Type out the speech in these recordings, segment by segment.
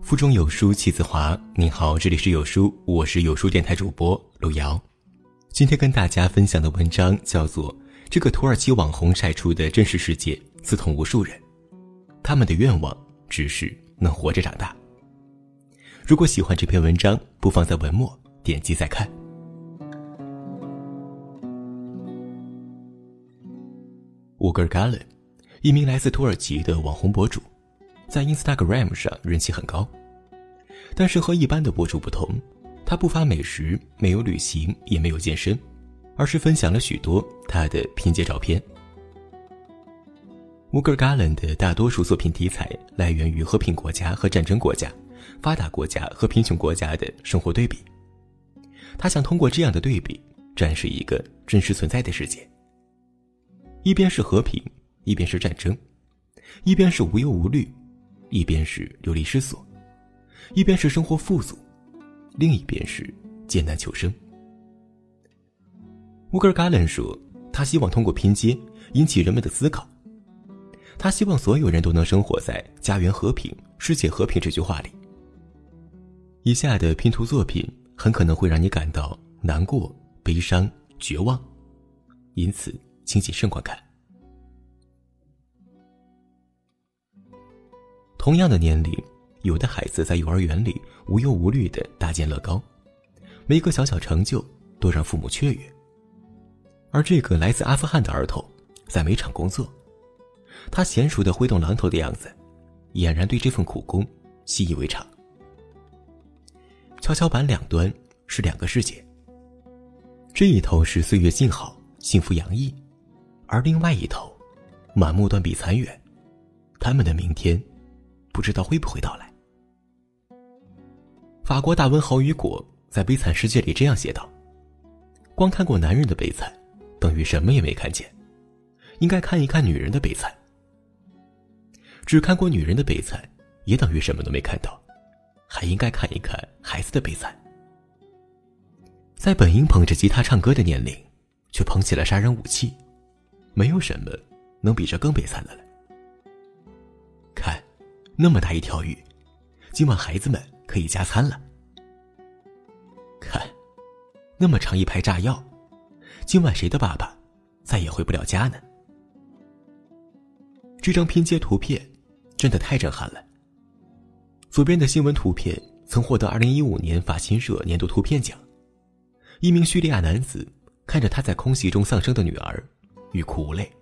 腹中有书气自华。您好，这里是有书，我是有书电台主播路遥。今天跟大家分享的文章叫做《这个土耳其网红晒出的真实世界刺痛无数人，他们的愿望只是能活着长大》。如果喜欢这篇文章，不妨在文末点击再看。Uğur Galen， 一名来自土耳其的网红博主，在 Instagram 上人气很高。但是和一般的博主不同，他不发美食，没有旅行，也没有健身，而是分享了许多他的拼接照片。Uğur Galen 的大多数作品题材来源于和平国家和战争国家、发达国家和贫穷国家的生活对比。他想通过这样的对比，展示一个真实存在的世界。一边是和平，一边是战争；一边是无忧无虑，一边是流离失所；一边是生活富足，另一边是艰难求生。Uğur Galen说，他希望通过拼接引起人们的思考。他希望所有人都能生活在家园和平、世界和平这句话里。以下的拼图作品很可能会让你感到难过、悲伤、绝望，因此请谨慎观看。同样的年龄，有的孩子在幼儿园里无忧无虑地搭建乐高，每个小小成就都让父母雀跃。而这个来自阿富汗的儿童在煤厂工作，他娴熟地挥动榔头的样子，俨然对这份苦工习以为常。跷跷板两端是两个世界，这一头是岁月静好、幸福洋溢，而另外一头满目断壁残垣，他们的明天不知道会不会到来。法国大文豪雨果在《悲惨世界》里这样写道：光看过男人的悲惨，等于什么也没看见，应该看一看女人的悲惨。只看过女人的悲惨，也等于什么都没看到，还应该看一看孩子的悲惨。在本应捧着吉他唱歌的年龄，却捧起了杀人武器，没有什么能比这更悲惨的了。看，那么大一条鱼，今晚孩子们可以加餐了。看，那么长一排炸药，今晚谁的爸爸再也回不了家呢？这张拼接图片真的太震撼了。左边的新闻图片曾获得2015年法新社年度图片奖。一名叙利亚男子看着他在空袭中丧生的女儿，欲哭无泪。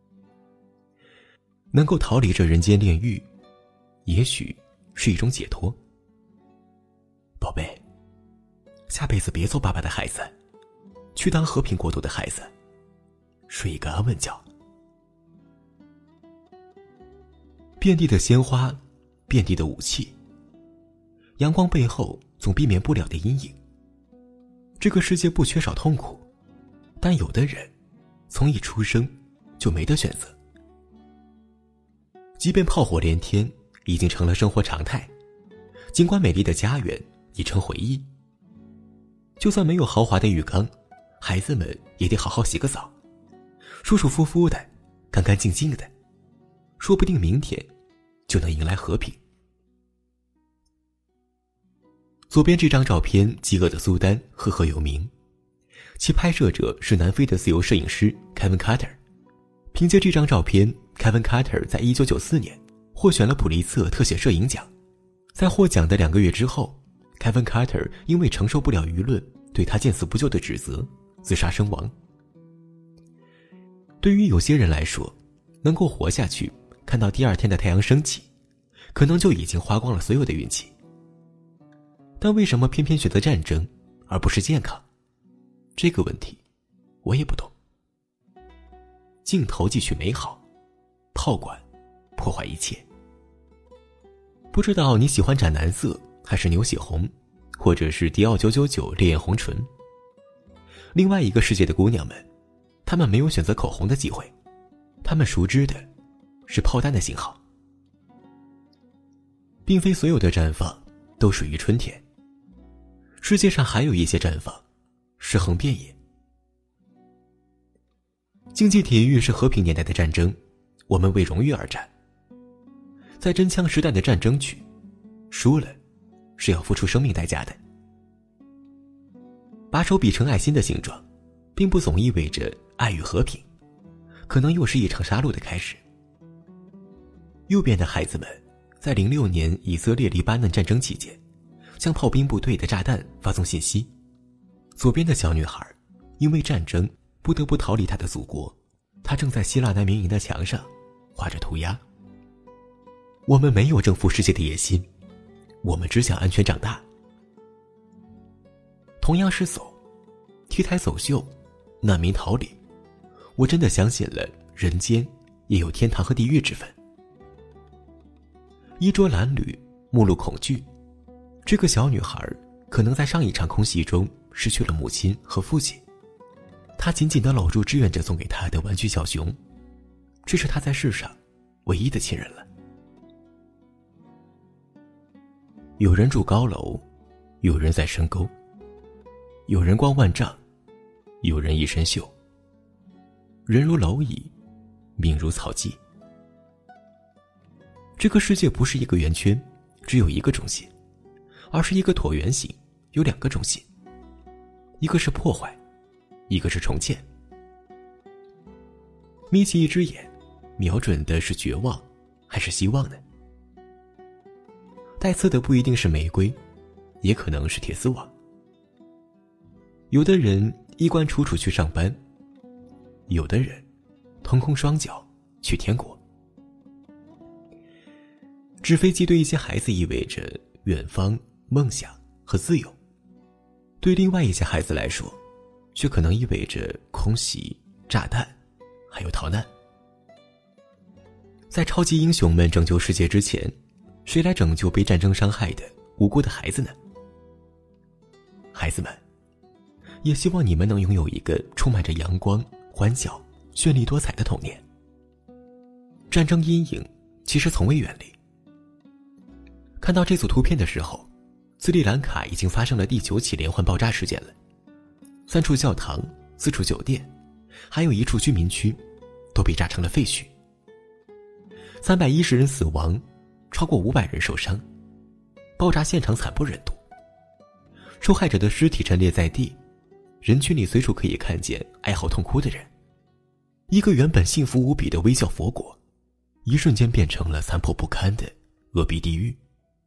能够逃离这人间炼狱，也许是一种解脱。宝贝，下辈子别做爸爸的孩子，去当和平国度的孩子，睡一个安稳觉。遍地的鲜花，遍地的武器，阳光背后总避免不了的阴影。这个世界不缺少痛苦，但有的人从一出生就没得选择。即便炮火连天已经成了生活常态，尽管美丽的家园已成回忆，就算没有豪华的浴缸，孩子们也得好好洗个澡，舒舒服服的，干干净净的，说不定明天就能迎来和平。左边这张照片，饥饿的苏丹赫赫有名，其拍摄者是南非的自由摄影师 Kevin Carter。 凭借这张照片， Kevin Carter 在1994年获选了普利策特写摄影奖。在获奖的2个月之后， Kevin Carter 因为承受不了舆论对他见死不救的指责，自杀身亡。对于有些人来说，能够活下去，看到第二天的太阳升起，可能就已经花光了所有的运气。但为什么偏偏选择战争而不是健康？这个问题我也不懂。镜头汲取美好，炮管破坏一切。不知道你喜欢斩男色还是牛血红，或者是迪奥999烈焰红唇。另外一个世界的姑娘们，她们没有选择口红的机会，她们熟知的是炮弹的型号。并非所有的绽放都属于春天，世界上还有一些绽放尸横遍野。竞技体育是和平年代的战争，我们为荣誉而战。在真枪实弹的战争区， 输了是要付出生命代价的。把手比成爱心的形状，并不总意味着爱与和平，可能又是一场杀戮的开始。右边的孩子们在06年以色列黎巴嫩战争期间，向炮兵部队的炸弹发送信息。左边的小女孩因为战争不得不逃离她的祖国，她正在希腊难民营的墙上画着涂鸦。我们没有征服世界的野心，我们只想安全长大。同样是走T台走秀，难民逃离，我真的相信了人间也有天堂和地狱之分。衣着褴褛，目露恐惧，这个小女孩可能在上一场空袭中失去了母亲和父亲，她紧紧地搂住志愿者送给她的玩具小熊，这是她在世上唯一的亲人了。有人住高楼，有人在深沟，有人光万丈，有人一身锈。人如蝼蚁，命如草芥。这个世界不是一个圆圈，只有一个中心，而是一个椭圆形，有两个中心，一个是破坏，一个是重建。眯起一只眼，瞄准的是绝望还是希望呢？带刺的不一定是玫瑰，也可能是铁丝网。有的人衣冠楚楚去上班，有的人腾空双脚去天国。纸飞机对一些孩子意味着远方、梦想和自由，对另外一些孩子来说，却可能意味着空袭、炸弹，还有逃难。在超级英雄们拯救世界之前，谁来拯救被战争伤害的无辜的孩子呢？孩子们，也希望你们能拥有一个充满着阳光、欢笑、绚丽多彩的童年。战争阴影其实从未远离。看到这组图片的时候，斯里兰卡已经发生了第9起连环爆炸事件了，3处教堂、4处酒店，还有1处居民区都被炸成了废墟。310人死亡，超过500人受伤，爆炸现场惨不忍睹。受害者的尸体陈列在地，人群里随处可以看见哀嚎痛哭的人。一个原本幸福无比的微笑佛国，一瞬间变成了残破不堪的戈壁地狱。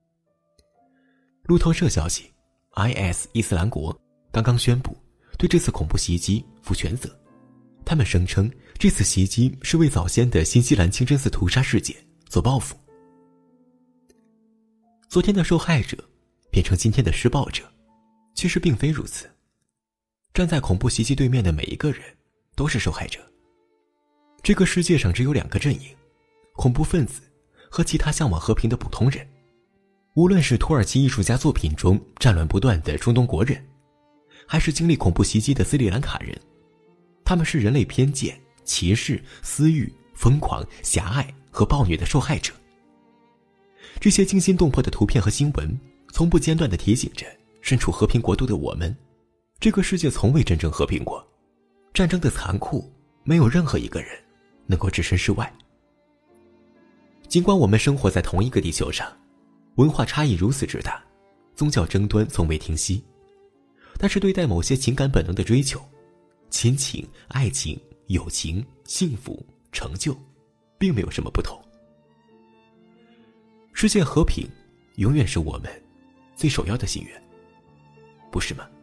路透社消息， IS 伊斯兰国刚刚宣布对这次恐怖袭击负全责。他们声称这次袭击是为早先的新西兰清真寺屠杀事件做报复。昨天的受害者变成今天的施暴者，其实并非如此。站在恐怖袭击对面的每一个人都是受害者。这个世界上只有2个阵营，恐怖分子和其他向往和平的普通人。无论是土耳其艺术家作品中战乱不断的中东国人，还是经历恐怖袭击的斯里兰卡人，他们是人类偏见、歧视、私欲、疯狂、狭隘和暴虐的受害者。这些惊心动魄的图片和新闻从不间断地提醒着身处和平国度的我们，这个世界从未真正和平过，战争的残酷没有任何一个人能够置身事外。尽管我们生活在同一个地球上，文化差异如此之大，宗教争端从未停息，但是对待某些情感本能的追求，亲情、爱情、友情、幸福、成就，并没有什么不同。世界和平永远是我们最首要的心愿，不是吗？